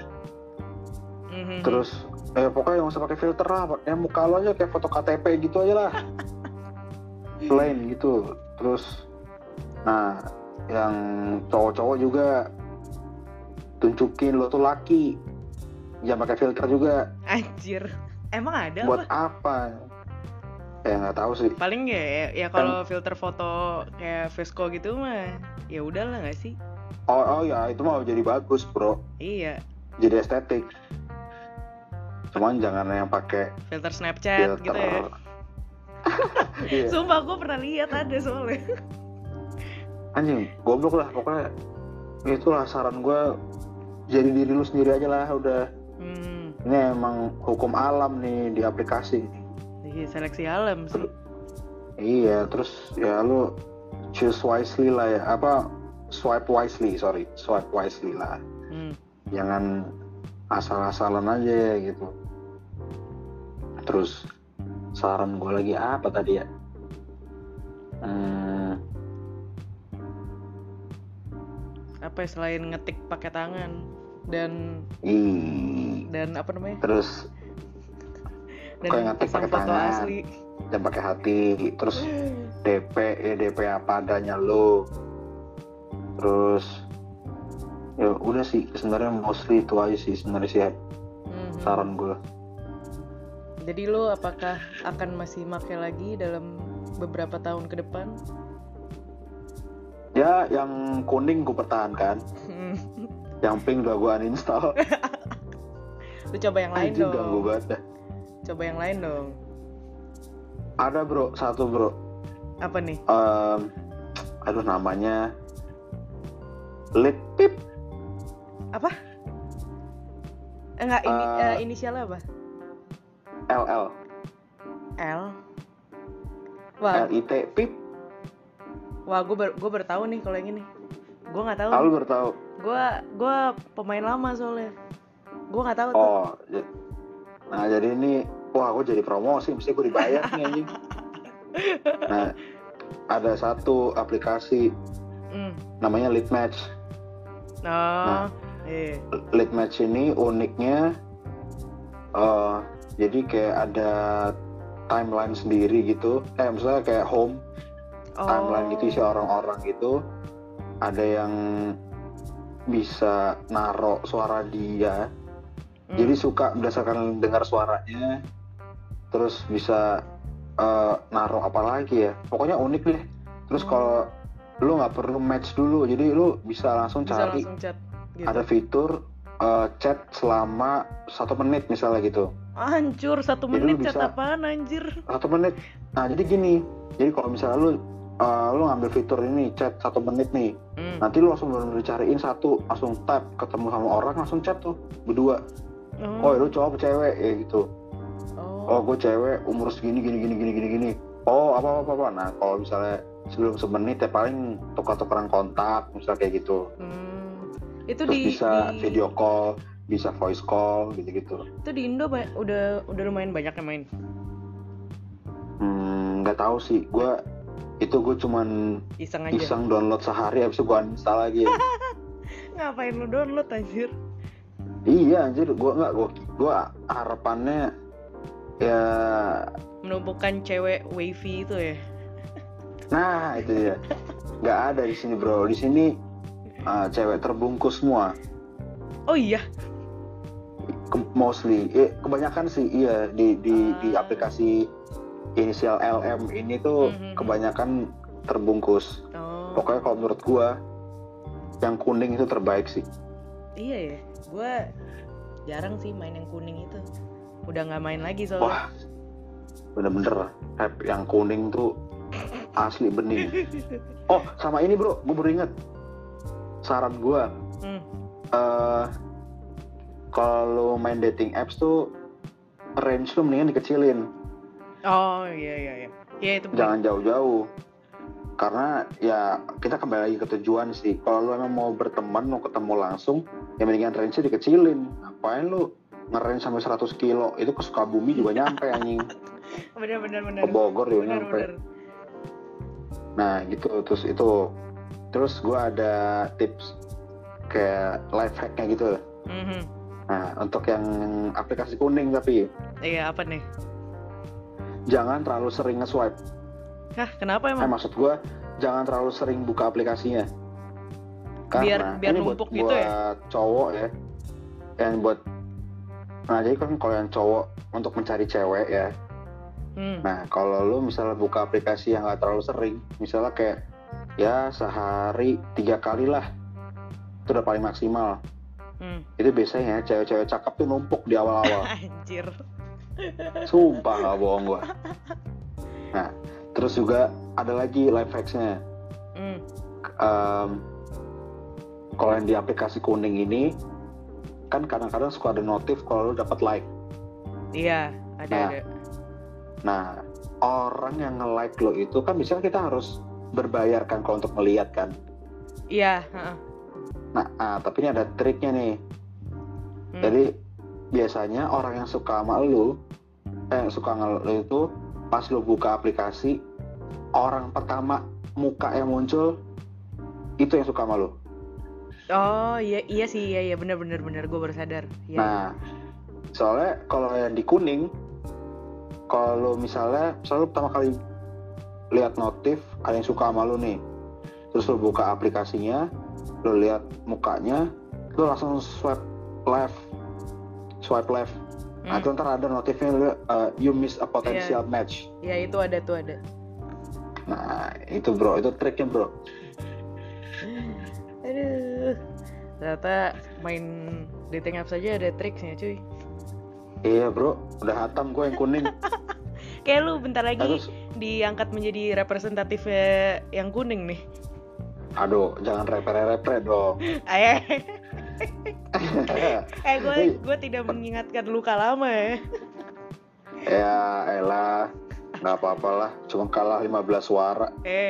[SPEAKER 2] Terus pokoknya nggak usah pakai filter lah, ya muka lo aja kayak foto KTP gitu aja lah. Plain gitu. Terus nah yang cowok-cowok juga tunjukin lo tuh laki, jangan pakai filter juga.
[SPEAKER 1] Anjir, emang ada
[SPEAKER 2] buat apa? Ya nggak tahu sih.
[SPEAKER 1] Paling ya kalau filter foto kayak Vesco gitu mah ya udahlah nggak sih?
[SPEAKER 2] Oh ya itu mah jadi bagus bro.
[SPEAKER 1] Iya.
[SPEAKER 2] Jadi estetik. Cuman jangan yang pakai
[SPEAKER 1] filter Snapchat gitu ya.
[SPEAKER 2] Iya.
[SPEAKER 1] Sumpah gue pernah lihat ada soalnya.
[SPEAKER 2] Anjing, goblok lah pokoknya. Itulah saran gue, jadi diri lu sendiri aja lah udah. Ini emang hukum alam nih di aplikasi.
[SPEAKER 1] Iya, seleksi alam sih.
[SPEAKER 2] Iya, terus ya lu choose wisely lah ya, swipe wisely lah. Jangan asal-asalan aja ya gitu. Terus saran gue lagi apa tadi ya?
[SPEAKER 1] Apa selain ngetik pakai tangan dan apa namanya?
[SPEAKER 2] Terus kayak ngetik pakai tangan asli. Dan pakai hati. Terus DP apa adanya lo. Terus ya udah sih sebenarnya mostly itu aja sih sebenarnya sih saran gue.
[SPEAKER 1] Jadi lo apakah akan masih pakai lagi dalam beberapa tahun ke depan?
[SPEAKER 2] Ya yang kuning gue pertahankan. Yang pink udah gue uninstall.
[SPEAKER 1] Lu coba yang lain dong.
[SPEAKER 2] Ganggu banget dah.
[SPEAKER 1] Coba yang lain dong.
[SPEAKER 2] Ada bro, satu bro.
[SPEAKER 1] Apa nih?
[SPEAKER 2] Aduh namanya Litpip.
[SPEAKER 1] Apa? Enggak, inisialnya apa?
[SPEAKER 2] LL.
[SPEAKER 1] L. Wah.
[SPEAKER 2] LIT Pip.
[SPEAKER 1] Wah, gue baru tahu nih kalau yang ini. Gue nggak tahu.
[SPEAKER 2] Lu baru tahu.
[SPEAKER 1] Gue pemain lama soalnya. Gue nggak tahu tuh.
[SPEAKER 2] Oh, nah jadi ini, wah gue jadi promosi, mesti gue dibayar nih anjing. Nah, ada satu aplikasi namanya Litmatch. Nah, Litmatch ini uniknya, jadi kayak ada timeline sendiri gitu. Misalnya kayak home. Timeline gitu isi orang-orang gitu, ada yang bisa naro suara dia, jadi suka berdasarkan dengar suaranya, terus bisa naro apa lagi ya, pokoknya unik deh. Terus kalau lu nggak perlu match dulu, jadi lu bisa langsung cari,
[SPEAKER 1] chat, gitu.
[SPEAKER 2] Ada fitur chat selama 1 menit misalnya gitu.
[SPEAKER 1] Hancur 1 menit chat apaan anjir?
[SPEAKER 2] 1 menit. Nah jadi gini, jadi kalau misalnya lu ngambil fitur ini chat 1 menit nih, nanti lu langsung bener-bener cariin satu, langsung tap ketemu sama orang, langsung chat tuh berdua. Oh lu cowok cewek ya gitu. Oh gue cewek umur segini gini. Oh apa. Nah kalau misalnya sebelum 1 menit ya paling tukar-tukaran kontak misalnya kayak gitu.
[SPEAKER 3] Itu
[SPEAKER 2] terus bisa video call, bisa voice call gitu-gitu.
[SPEAKER 1] Itu di Indo udah lumayan banyak yang main.
[SPEAKER 2] Nggak tahu sih, gue Itu gue cuman
[SPEAKER 1] Iseng aja.
[SPEAKER 2] iseng download sehari, habis itu gue uninstall lagi.
[SPEAKER 1] Ngapain lu download anjir?
[SPEAKER 2] Iya anjir, gue harapannya ya.
[SPEAKER 1] Menumpukan cewek wavy itu ya.
[SPEAKER 2] Nah itu dia. Nggak ada di sini bro. Di sini cewek terbungkus semua.
[SPEAKER 1] Oh iya.
[SPEAKER 2] Mostly, kebanyakan sih iya di aplikasi inisial LM ini tuh kebanyakan terbungkus. Pokoknya kalau menurut gua yang kuning itu terbaik sih.
[SPEAKER 1] Iya ya, gua jarang sih main yang kuning itu. Udah nggak main lagi soalnya.
[SPEAKER 2] Wah, bener-bener app yang kuning tuh asli bening. Oh sama ini bro, gua baru inget saran gua. Kalau main dating apps tuh range lu mendingan dikecilin.
[SPEAKER 1] Oh iya. Ya itu bener.
[SPEAKER 2] Jangan jauh-jauh. Karena ya kita kembali lagi ke tujuan sih. Kalau lu emang mau berteman, mau ketemu langsung, ya mendingan range-nya dikecilin. Ngapain lu nge-range sampai 100 kilo? Itu ke Sukabumi juga nyampe anjing.
[SPEAKER 1] Bener.
[SPEAKER 2] Ke Bogor juga nyampe.
[SPEAKER 1] Bener.
[SPEAKER 2] Nah gitu, terus gue ada tips kayak life hack-nya gitu. Nah untuk yang aplikasi kuning tapi
[SPEAKER 1] iya apa nih?
[SPEAKER 2] jangan terlalu sering nge-swipe.
[SPEAKER 1] Hah kenapa emang?
[SPEAKER 2] Maksud gue jangan terlalu sering buka aplikasinya. Karena
[SPEAKER 1] biar
[SPEAKER 2] ini
[SPEAKER 1] numpuk
[SPEAKER 2] buat
[SPEAKER 1] gitu ya?
[SPEAKER 2] cowok ya. Yang buat jadi kan kalau yang cowok untuk mencari cewek ya. Nah kalau lu misalnya buka aplikasi yang gak terlalu sering, misalnya kayak ya sehari 3 kali lah, itu udah paling maksimal. Itu biasanya cewek-cewek cakep tuh numpuk di awal-awal.
[SPEAKER 1] Anjir.
[SPEAKER 2] Sumpah gak bohong gua. Nah terus juga ada lagi life hacks-nya. Kalau yang di aplikasi kuning ini kan kadang-kadang suka ada notif kalau lu dapat like.
[SPEAKER 1] Iya ada.
[SPEAKER 2] Nah orang yang nge-like lo itu kan misalnya kita harus berbayar kan kalau untuk melihat kan.
[SPEAKER 1] Iya.
[SPEAKER 2] Nah tapi ini ada triknya nih. Jadi biasanya orang yang suka sama lu, yang suka sama lu itu pas lu buka aplikasi, orang pertama muka yang muncul itu yang suka sama lu.
[SPEAKER 1] Oh iya sih iya benar gue baru sadar. Ya.
[SPEAKER 2] Nah soalnya kalau yang di kuning, kalau misalnya lu pertama kali lihat notif ada yang suka sama lu nih, terus lu buka aplikasinya, lu lihat mukanya, lu langsung swipe left. Nah itu ntar ada notifnya you miss a potential match.
[SPEAKER 1] Iya itu ada.
[SPEAKER 2] Nah itu bro, itu triknya bro.
[SPEAKER 1] Aduh, ternyata main dating apps aja ada triknya cuy.
[SPEAKER 2] Iya bro, udah hatam gue yang kuning.
[SPEAKER 1] Kayak lu bentar lagi diangkat menjadi representatif yang kuning nih.
[SPEAKER 2] Aduh, jangan repre dong.
[SPEAKER 1] Gue tidak mengingatkan luka lama ya.
[SPEAKER 2] Ya elah, nggak apa-apalah, cuma kalah 15 suara.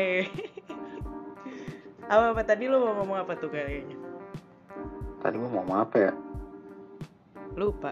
[SPEAKER 1] Apa tadi lu mau ngomong apa tuh kayaknya?
[SPEAKER 2] Tadi gue mau ngomong apa ya?
[SPEAKER 1] Lupa.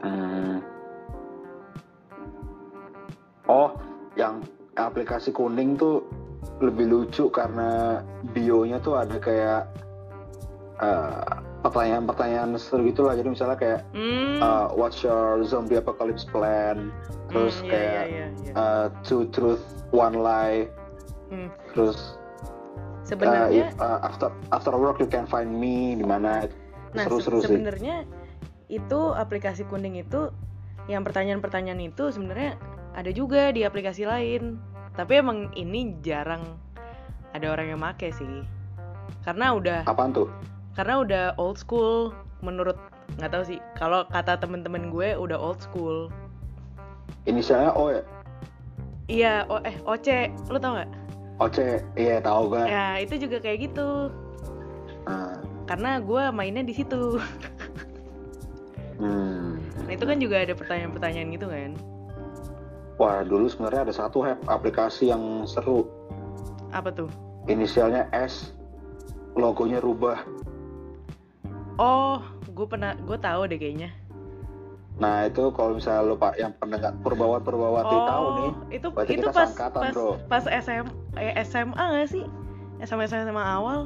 [SPEAKER 2] Oh, yang aplikasi kuning tuh lebih lucu karena bio-nya tuh ada kayak pertanyaan-pertanyaan seru gitu lah. Jadi misalnya kayak what's your zombie apocalypse plan? Terus kayak 2 truth, 1 lie. Terus
[SPEAKER 1] sebenarnya
[SPEAKER 2] after work you can find me di mana.
[SPEAKER 1] Nah,
[SPEAKER 2] seru-seru sih.
[SPEAKER 1] Sebenarnya itu aplikasi kuning itu yang pertanyaan-pertanyaan itu sebenarnya ada juga di aplikasi lain. Tapi emang ini jarang ada orang yang make sih. Karena udah
[SPEAKER 2] Apaan tuh?
[SPEAKER 1] Karena udah old school menurut, nggak tahu sih. Kalau kata temen-temen gue udah old school.
[SPEAKER 2] Inisialnya O ya?
[SPEAKER 1] Iya, OC, lu tau nggak?
[SPEAKER 2] OC, iya tahu gue.
[SPEAKER 1] Ya itu juga kayak gitu. Karena gue mainnya di situ. Nah itu kan juga ada pertanyaan-pertanyaan gitu kan.
[SPEAKER 2] Wah dulu sebenarnya ada satu aplikasi yang seru.
[SPEAKER 1] Apa tuh?
[SPEAKER 2] Inisialnya S, logonya rubah.
[SPEAKER 1] Oh, gue tahu deh kayaknya.
[SPEAKER 2] Nah itu kalau misalnya lo Pak yang pendengar Purbawati tahu nih,
[SPEAKER 1] itu
[SPEAKER 2] berarti
[SPEAKER 1] itu
[SPEAKER 2] kita
[SPEAKER 1] pas
[SPEAKER 2] seangkatan,
[SPEAKER 1] pas
[SPEAKER 2] bro.
[SPEAKER 1] pas SMA nggak sih? SMA awal.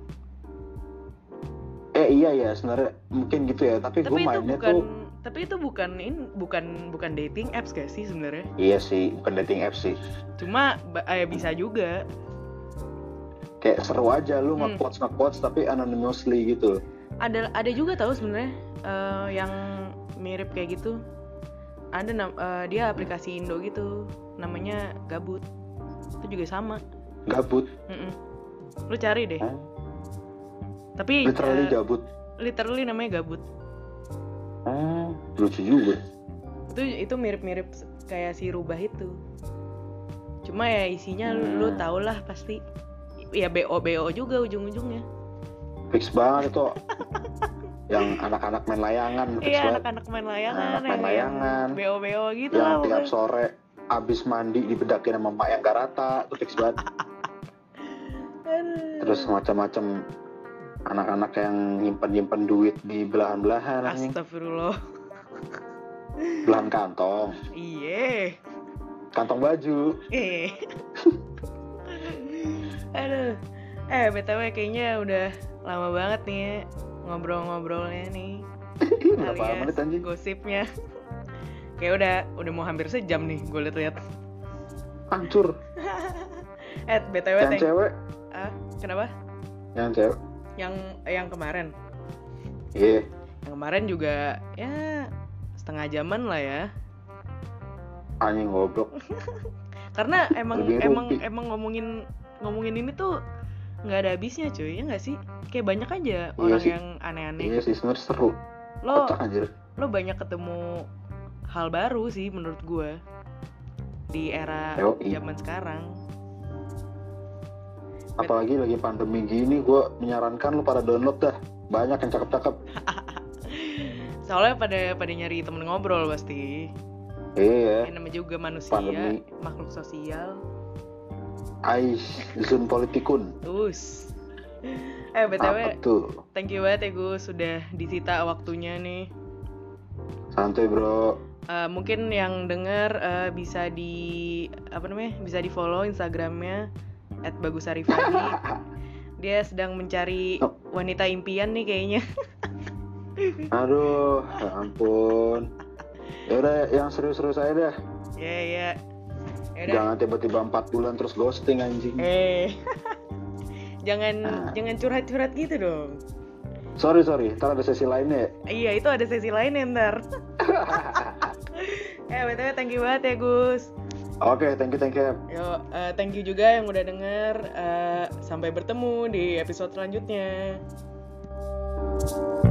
[SPEAKER 2] Iya ya sebenarnya mungkin gitu ya, tapi gue mainnya
[SPEAKER 1] Tapi itu bukan dating apps gak sih sebenarnya?
[SPEAKER 2] Iya sih, bukan dating apps sih.
[SPEAKER 1] Cuma bisa juga.
[SPEAKER 2] Kayak seru aja lu nge-quotes tapi anonymously gitu.
[SPEAKER 1] Ada juga tahu sebenarnya yang mirip kayak gitu. Ada dia aplikasi Indo gitu, namanya Gabut. Itu juga sama.
[SPEAKER 2] Gabut.
[SPEAKER 1] Lu cari deh. Tapi
[SPEAKER 2] Gabut.
[SPEAKER 1] Literally namanya Gabut.
[SPEAKER 2] Lucu juga.
[SPEAKER 1] Itu mirip-mirip kayak si Rubah itu. Cuma ya isinya lu tau lah pasti. Ya BO juga ujung-ujungnya.
[SPEAKER 2] Fix banget itu. Yang anak-anak main layangan.
[SPEAKER 1] Iya, anak-anak main layangan.
[SPEAKER 2] Main layangan.
[SPEAKER 1] BO gitu
[SPEAKER 2] yang
[SPEAKER 1] lah.
[SPEAKER 2] Yang tiap sore abis mandi dibedakin sama emak yang gak rata. Itu fix banget. Terus macam-macam anak-anak yang nyimpen duit di belahan-belahan.
[SPEAKER 1] Astagfirullah.
[SPEAKER 2] Belahan kantong.
[SPEAKER 1] Iya.
[SPEAKER 2] Kantong baju.
[SPEAKER 1] Aduh. BTW kayaknya udah lama banget nih ya ngobrol-ngobrolnya nih.
[SPEAKER 2] Berapa menit anjing?
[SPEAKER 1] Gosipnya. Kayak udah mau hampir sejam nih gue liat-liat.
[SPEAKER 2] Hancur.
[SPEAKER 1] BTW
[SPEAKER 2] yang cewek.
[SPEAKER 1] Kenapa?
[SPEAKER 2] Yang cewek.
[SPEAKER 1] Yang kemarin.
[SPEAKER 2] Iya.
[SPEAKER 1] Yang kemarin juga ya setengah jaman lah ya.
[SPEAKER 2] Anjing goblok.
[SPEAKER 1] Karena emang ngomongin ini tuh nggak ada habisnya cuy, ya nggak sih? Kayak banyak aja orang yang aneh-aneh.
[SPEAKER 2] Iya sih sebenarnya seru. Lo
[SPEAKER 1] banyak ketemu hal baru sih menurut gue di era zaman sekarang.
[SPEAKER 2] Apalagi lagi pandemi gini, gue menyarankan lo pada download dah. Banyak yang cakep-cakep.
[SPEAKER 1] Soalnya pada nyari temen ngobrol pasti.
[SPEAKER 2] Iya.
[SPEAKER 1] Namanya juga manusia,
[SPEAKER 2] pandemi.
[SPEAKER 1] Makhluk sosial.
[SPEAKER 2] Zoom politikun.
[SPEAKER 1] BTW, thank you banget ya Gus sudah disita waktunya nih.
[SPEAKER 2] Santuy bro.
[SPEAKER 1] Mungkin yang denger bisa di follow Instagramnya @bagusarifani. Dia sedang mencari wanita impian nih kayaknya.
[SPEAKER 2] Aduh, ya ampun. Yaudah, yang serius-serius aja dah.
[SPEAKER 1] Iya. Yaudah.
[SPEAKER 2] Jangan tiba-tiba 4 bulan terus ghosting anjing.
[SPEAKER 1] Jangan curhat-curhat gitu dong.
[SPEAKER 2] Sorry, ntar ada sesi lainnya.
[SPEAKER 1] Iya, itu ada sesi lainnya ntar. BTW thank you banget ya Gus.
[SPEAKER 2] Oke, thank you.
[SPEAKER 1] Yo, thank you juga yang udah denger. Sampai bertemu di episode selanjutnya.